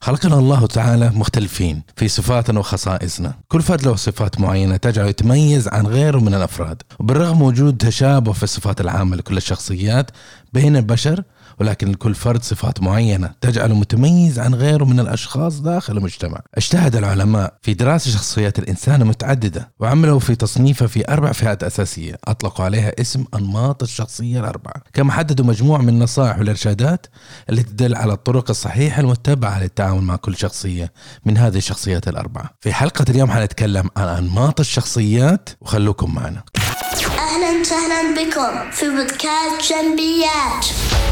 خلقنا الله تعالى مختلفين في صفاتنا وخصائصنا، كل فرد له صفات معينة تجعله يتميز عن غيره من الأفراد، وبالرغم وجود تشابه في الصفات العامة لكل الشخصيات بين البشر، ولكن لكل فرد صفات معينة تجعله متميز عن غيره من الأشخاص داخل المجتمع. اجتهد العلماء في دراسة شخصيات الإنسان متعددة، وعملوا في تصنيفها في 4 فئات أساسية أطلقوا عليها اسم أنماط الشخصية ال4، كما حددوا مجموعة من النصائح والإرشادات التي تدل على الطرق الصحيحة المتبعة للتعامل مع كل شخصية من هذه الشخصيات ال4. في حلقة اليوم حنتكلم عن أنماط الشخصيات، وخلوكم معنا. أهلا وسهلا بكم في بودكاست جنبيات.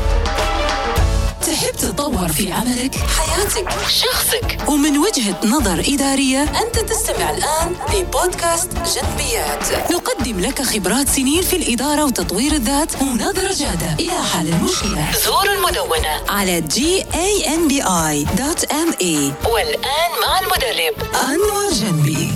تحب تطور في عملك، حياتك، شخصك، ومن وجهة نظر إدارية؟ أنت تستمع الآن لبودكاست جنبيات. نقدم لك خبرات سنين في الإدارة وتطوير الذات ونظرة جادة إلى حل المشكلة. زور المدونة على gambi.me. والآن مع المدرب أنور جنبي.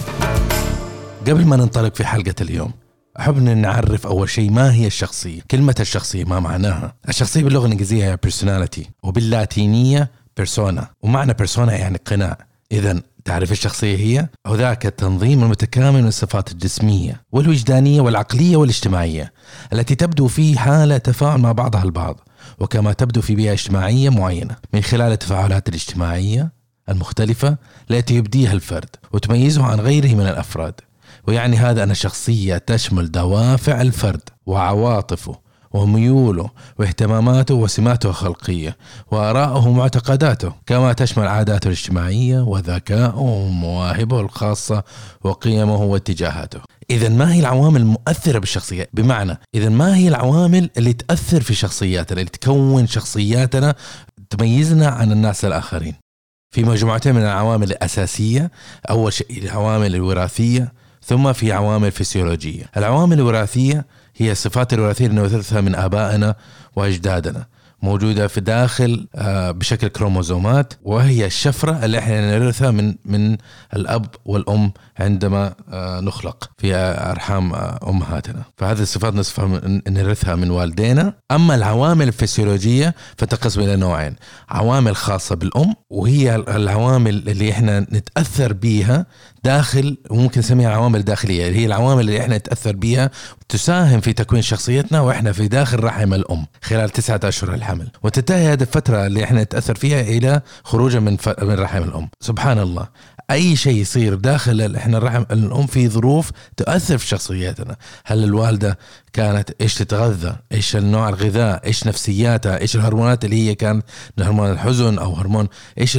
قبل ما ننطلق في حلقة اليوم، أحب أن نعرف أول شيء ما هي الشخصية. كلمة الشخصية ما معناها؟ الشخصية باللغة الإنجليزية هي personality، وباللاتينية persona، ومعنى persona يعني قناع. إذن تعرف الشخصية هي ذاك التنظيم المتكامل من الصفات الجسمية والوجدانية والعقلية والاجتماعية التي تبدو في حالة تفاعل مع بعضها البعض، وكما تبدو في بيئة اجتماعية معينة من خلال التفاعلات الاجتماعية المختلفة التي يبديها الفرد وتميزه عن غيره من الأفراد. ويعني هذا أن الشخصية تشمل دوافع الفرد وعواطفه وميوله واهتماماته وسماته الخلقية وآراءه ومعتقداته، كما تشمل عاداته الاجتماعية وذكائه ومواهبه الخاصة وقيمه واتجاهاته. إذن ما هي العوامل المؤثرة بالشخصية؟ بمعنى إذن ما هي العوامل اللي تأثر في شخصياتنا، اللي تكون شخصياتنا تميزنا عن الناس الآخرين؟ في مجموعتين من العوامل الأساسية. أول شيء العوامل الوراثية، ثم في عوامل فسيولوجية. العوامل الوراثية هي الصفات الوراثية اللي نورثها من آبائنا وأجدادنا، موجودة في داخل بشكل كروموزومات، وهي الشفرة اللي احنا نورثها من الأب والأم عندما نخلق في أرحام أمهاتنا. فهذه الصفات نورثها من والدينا. أما العوامل الفسيولوجية فتنقسم إلى نوعين: عوامل خاصة بالأم، وهي العوامل اللي احنا نتأثر بيها داخل، وممكن نسميها عوامل داخلية، اللي هي العوامل اللي احنا نتأثر بيها تساهم في تكوين شخصيتنا واحنا في داخل رحم الأم خلال 9 أشهر الحمل، وتنتهي هذه الفترة اللي احنا نتأثر فيها إلى خروجا من رحم الأم. سبحان الله، أي شيء يصير داخل احنا رحم الأم في ظروف تؤثر في شخصياتنا. هل الوالدة كانت إيش تتغذى، إيش النوع الغذاء، إيش نفسياتها، إيش الهرمونات اللي هي كانت هرمون الحزن أو هرمون إيش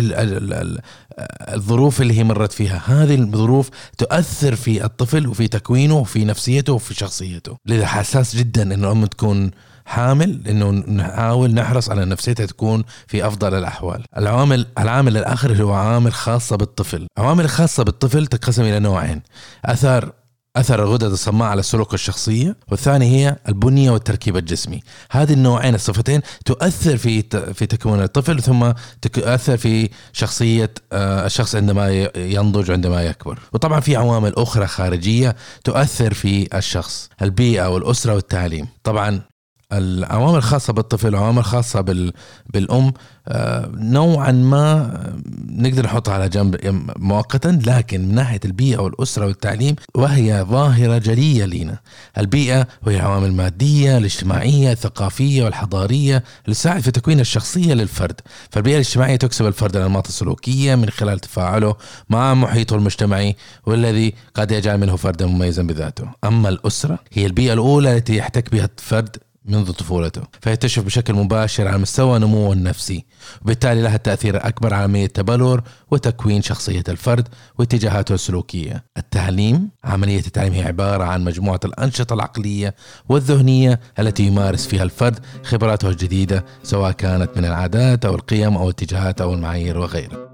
الظروف اللي هي مرت فيها. هذه الظروف تؤثر في الطفل وفي تكوينه وفي نفسيته وفي شخصيته. لذا حساس جدا إن الأم تكون حامل، إنه نحاول نحرص على نفسيتها تكون في أفضل الأحوال. العامل الآخر هو عامل خاصة بالطفل. عوامل خاصة بالطفل تنقسم إلى نوعين: أثر الغدد الصماء على السلوك الشخصية، والثاني هي البنية والتركيب الجسمي. هذه النوعين الصفتين تؤثر في تكوين الطفل، ثم تؤثر في شخصية الشخص عندما ينضج وعندما يكبر. وطبعا في عوامل أخرى خارجية تؤثر في الشخص: البيئة والأسرة والتعليم. طبعا العوامل الخاصة بالطفل وعوامل خاصة بالأم نوعا ما نقدر نحطها على جنب مؤقتا، لكن من ناحية البيئة والأسرة والتعليم وهي ظاهرة جلية لنا. البيئة وهي العوامل المادية الاجتماعية الثقافية والحضارية اللي تساعد في تكوين الشخصية للفرد. فالبيئة الاجتماعية تكسب الفرد الأنماط السلوكية من خلال تفاعله مع محيطه المجتمعي، والذي قد يجعل منه فردا مميزا بذاته. أما الأسرة هي البيئة الأولى التي يحتك بها الفرد منذ طفولته، فيتشف بشكل مباشر على مستوى نموه النفسي، وبالتالي لها تأثير أكبر على عملية تبلور وتكوين شخصية الفرد واتجاهاته السلوكية. التعليم، عملية التعليم هي عبارة عن مجموعة الأنشطة العقلية والذهنية التي يمارس فيها الفرد خبراته الجديدة، سواء كانت من العادات أو القيم أو الاتجاهات أو المعايير وغيرها.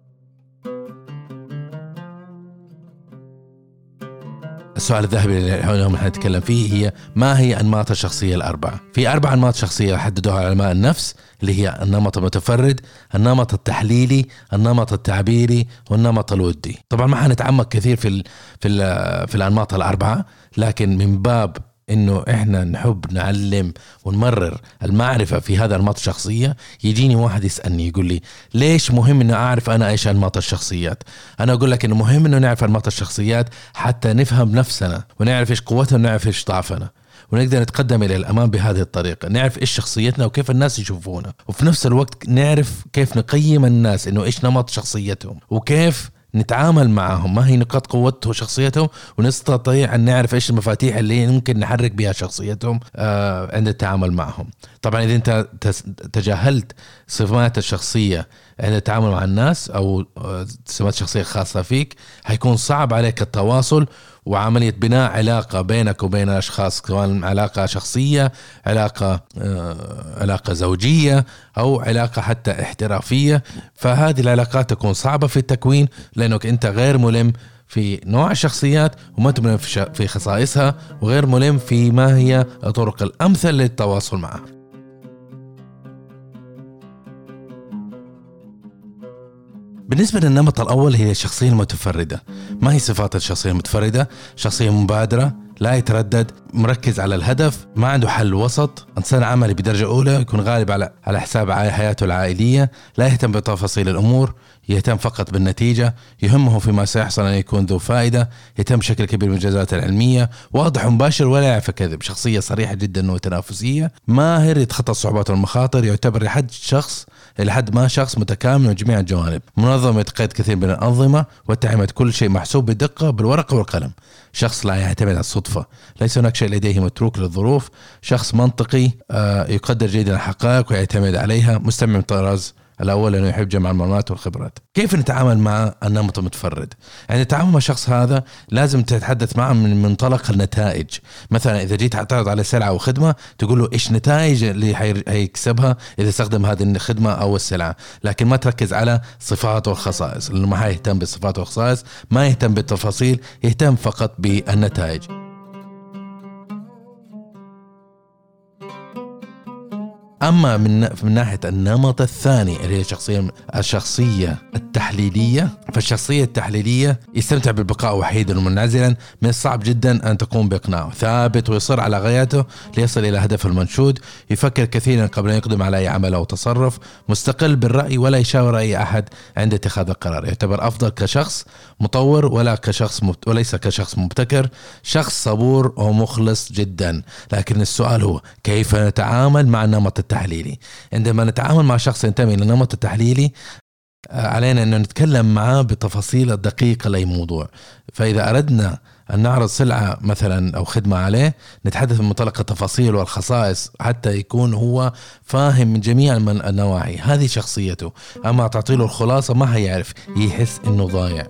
السؤال الذهبي اللي اليوم نتكلم فيه هي: ما هي أنماط الشخصية ال4؟ في 4 أنماط شخصية حددوها علماء النفس، اللي هي النمط المتفرد، النمط التحليلي، النمط التعبيري، والنمط الودي. طبعا ما حنتعمق كثير في الأنماط ال4، لكن من باب إنه إحنا نحب نعلم ونمرر المعرفة في هذا النمط الشخصية، يجيني واحد يسألني يقول لي ليش مهم إنه أعرف أنا إيش أنماط الشخصيات؟ أنا أقول لك إنه مهم إنه نعرف أنماط الشخصيات حتى نفهم نفسنا ونعرف إيش قوتنا ونعرف إيش ضعفنا، ونقدر نتقدم إلى الأمام بهذه الطريقة. نعرف إيش شخصيتنا وكيف الناس يشوفونا، وفي نفس الوقت نعرف كيف نقيم الناس إنه إيش نمط شخصيتهم وكيف نتعامل معهم، ما هي نقاط قوته شخصيتهم، ونستطيع أن نعرف إيش المفاتيح اللي ممكن نحرك بها شخصيتهم عند التعامل معهم. طبعا إذا أنت تجاهلت صفات الشخصية عند التعامل مع الناس أو صفات شخصية خاصة فيك، هيكون صعب عليك التواصل وعملية بناء علاقة بينك وبين الأشخاص، سواء علاقة شخصية، علاقة زوجية، أو علاقة حتى احترافية. فهذه العلاقات تكون صعبة في التكوين لأنك أنت غير ملم في نوع الشخصيات وما ملم في خصائصها، وغير ملم في ما هي الطرق الأمثل للتواصل معها. بالنسبة للنمط الأول هي الشخصية المتفردة. ما هي صفات الشخصية المتفردة؟ شخصية مبادرة، لا يتردد، مركز على الهدف، ما عنده حل وسط، إنسان عملي بدرجة أولى، يكون غالب على حساب حياته العائلية، لا يهتم بتفاصيل الأمور، يهتم فقط بالنتيجة، يهمه فيما سيحصل أن يكون ذو فائدة، يهتم بشكل كبير بالإنجازات العلمية، واضح ومباشر ولا يعرف كذب، شخصية صريحة جدا وتنافسية، ماهر يتخطى الصعوبات والمخاطر، يعتبر لحد ما شخص متكامل من جميع الجوانب، منظم يتقيد كثير من الأنظمة وتعمد كل شيء محسوب بدقة بالورقة والقلم، شخص لا يعتمد على الصدفة، ليس هناك شيء لديه متروك للظروف، شخص منطقي يقدر جيدا الحقائق ويعتمد عليها، مستمع من طراز الأول لأنه يحب جمع المعلومات والخبرات. كيف نتعامل مع النمط المتفرد؟ يعني التعامل مع الشخص هذا لازم تتحدث معه من منطلق النتائج. مثلا إذا جيت تعرض على سلعة أو خدمة تقول له إيش نتائج اللي هيكسبها إذا استخدم هذه الخدمة أو السلعة، لكن ما تركز على صفات والخصائص، لأنه ما يهتم بالصفات والخصائص، ما يهتم بالتفاصيل، يهتم فقط بالنتائج. أما من ناحية النمط الثاني اللي هي الشخصية التحليلية، فالشخصية التحليلية يستمتع بالبقاء وحيدا ومنعزلا، من الصعب جدا أن تقوم بإقناعه، ثابت ويصر على غايته ليصل إلى هدفه المنشود، يفكر كثيرا قبل أن يقدم على أي عمل أو تصرف، مستقل بالرأي ولا يشاور أي أحد عند اتخاذ القرار، يعتبر أفضل كشخص مطور وليس كشخص مبتكر، شخص صبور ومخلص جدا. لكن السؤال هو كيف نتعامل مع النمط التحليلي؟ عندما نتعامل مع شخص ينتمي للنمط التحليلي علينا أن نتكلم معه بتفاصيل الدقيقة لأي موضوع. فإذا أردنا أن نعرض سلعة مثلا أو خدمة عليه، نتحدث من منطلق التفاصيل والخصائص حتى يكون هو فاهم من جميع النواحي، هذه شخصيته. أما تعطيله الخلاصة ما هيعرف، يحس إنه ضايع.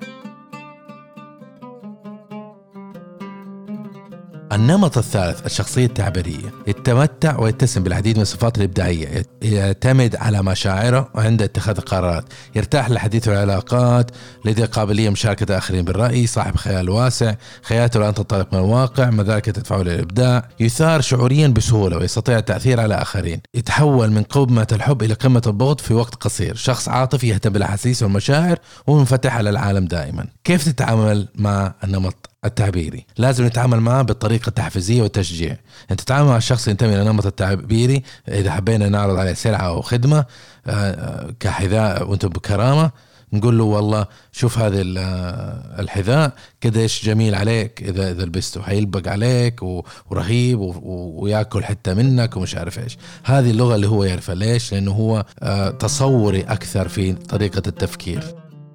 النمط الثالث الشخصية التعبيرية، يتمتع ويتسم بالعديد من الصفات الإبداعية، يعتمد على مشاعره عند اتخاذ القرارات، يرتاح للحديث والعلاقات، لديه قابلية مشاركة الآخرين بالرأي، صاحب خيال واسع، خياته لا تنطلق من الواقع، مدارك تدفعه للإبداع، يثار شعوريا بسهولة ويستطيع التأثير على آخرين، يتحول من قمة الحب إلى قمة البغض في وقت قصير، شخص عاطفي يهتم بالأحاسيس والمشاعر ومنفتح على العالم دائما. كيف تتعامل مع النمط التعبيري؟ لازم نتعامل معه بالطريقة التحفيزية والتشجيع. انت تتعامل مع الشخص ينتمي للنمط التعبيري، اذا حبينا نعرض عليه سلعة او خدمة كحذاء وانتم بكرامة، نقول له والله شوف هذا الحذاء قديش جميل عليك، اذا لبسته هيلبق عليك ورهيب وياكل حتى منك ومش عارف ايش. هذه اللغة اللي هو يعرفها. ليش؟ لانه هو تصوري اكثر في طريقة التفكير.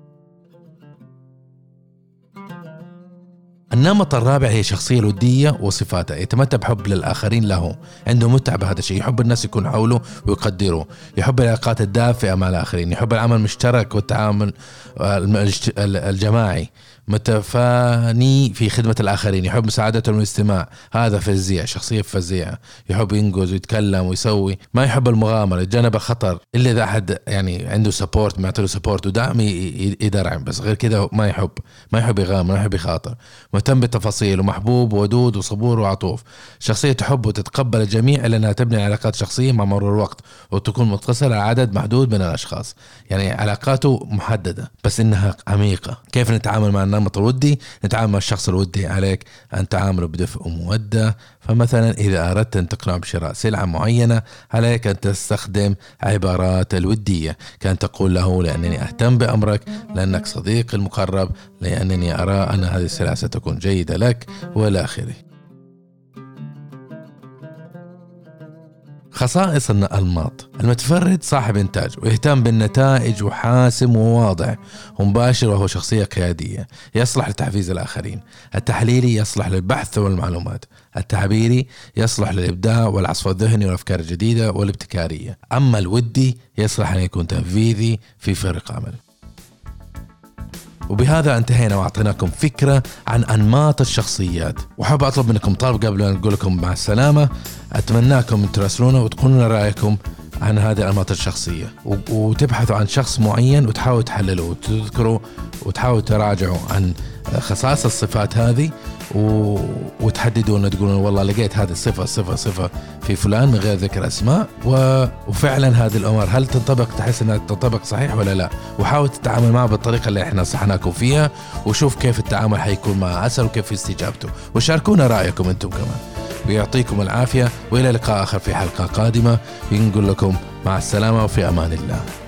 النمط الرابع هي شخصية الودية وصفاتها، يتمتع بحب للآخرين له، عنده متعة بهذا الشيء، يحب الناس يكون حوله ويقدره، يحب العلاقات الدافئة مع الآخرين، يحب العمل المشترك والتعامل الجماعي، متفاني في خدمة الآخرين، يحب مساعدتهم والاستماع، هذا فزيع، شخصية فزيعة، يحب ينجز ويتكلم ويسوي، ما يحب المغامرة، يتجنب الخطر إلا إذا أحد يعني عنده سبورت، ما يعطيه سبورت ودعم يدرعم، بس غير كده ما يحب يغامر، ما يحب يخاطر، مهتم بالتفاصيل ومحبوب ودود وصبور وعطوف، شخصية تحب وتتقبل الجميع إلا أنها تبني علاقات شخصية مع مرور الوقت وتكون متصلة على عدد محدود من الأشخاص، يعني علاقاته محددة بس إنها عميقة. كيف نتعامل مع النمط الودي نتعامل مع الشخص الودي عليك أن تعامله بدفء ومودة. فمثلا إذا أردت أن تقنع بشراء سلعة معينة عليك أن تستخدم عبارات الودية، كان تقول له لأنني أهتم بأمرك، لأنك صديق المقرب، لأنني أرى أن هذه السلعة ستكون جيدة لك، وإلى آخره. خصائص الأنماط: المتفرد صاحب إنتاج ويهتم بالنتائج وحاسم وواضح ومباشر وهو شخصية قيادية يصلح لتحفيز الآخرين. التحليلي يصلح للبحث والمعلومات. التعبيري يصلح للإبداع والعصف الذهني والأفكار الجديدة والابتكارية. أما الودي يصلح أن يكون تنفيذي في فريق عمل. وبهذا انتهينا وأعطيناكم فكرة عن أنماط الشخصيات، وحاب أطلب منكم طلب قبل أن أقول لكم مع السلامة. أتمناكم تراسلونا وتقولون رأيكم عن هذه الأنماط الشخصية، وتبحثوا عن شخص معين وتحاولوا تحللوا وتذكروا وتحاولوا تراجعوا عن خصائص الصفات هذه وتحددون تقولون والله لقيت هذه الصفة في فلان من غير ذكر أسماء، وفعلا هذه الأمور هل تنطبق، تحس أنها تنطبق صحيح ولا لا، وحاول تتعامل معه بالطريقة اللي احنا نصحناكم فيها، وشوف كيف التعامل حيكون مع أسهل وكيف استجابته، وشاركونا رأيكم أنتم كمان. ويعطيكم العافية، وإلى لقاء آخر في حلقة قادمة. نقول لكم مع السلامة وفي أمان الله.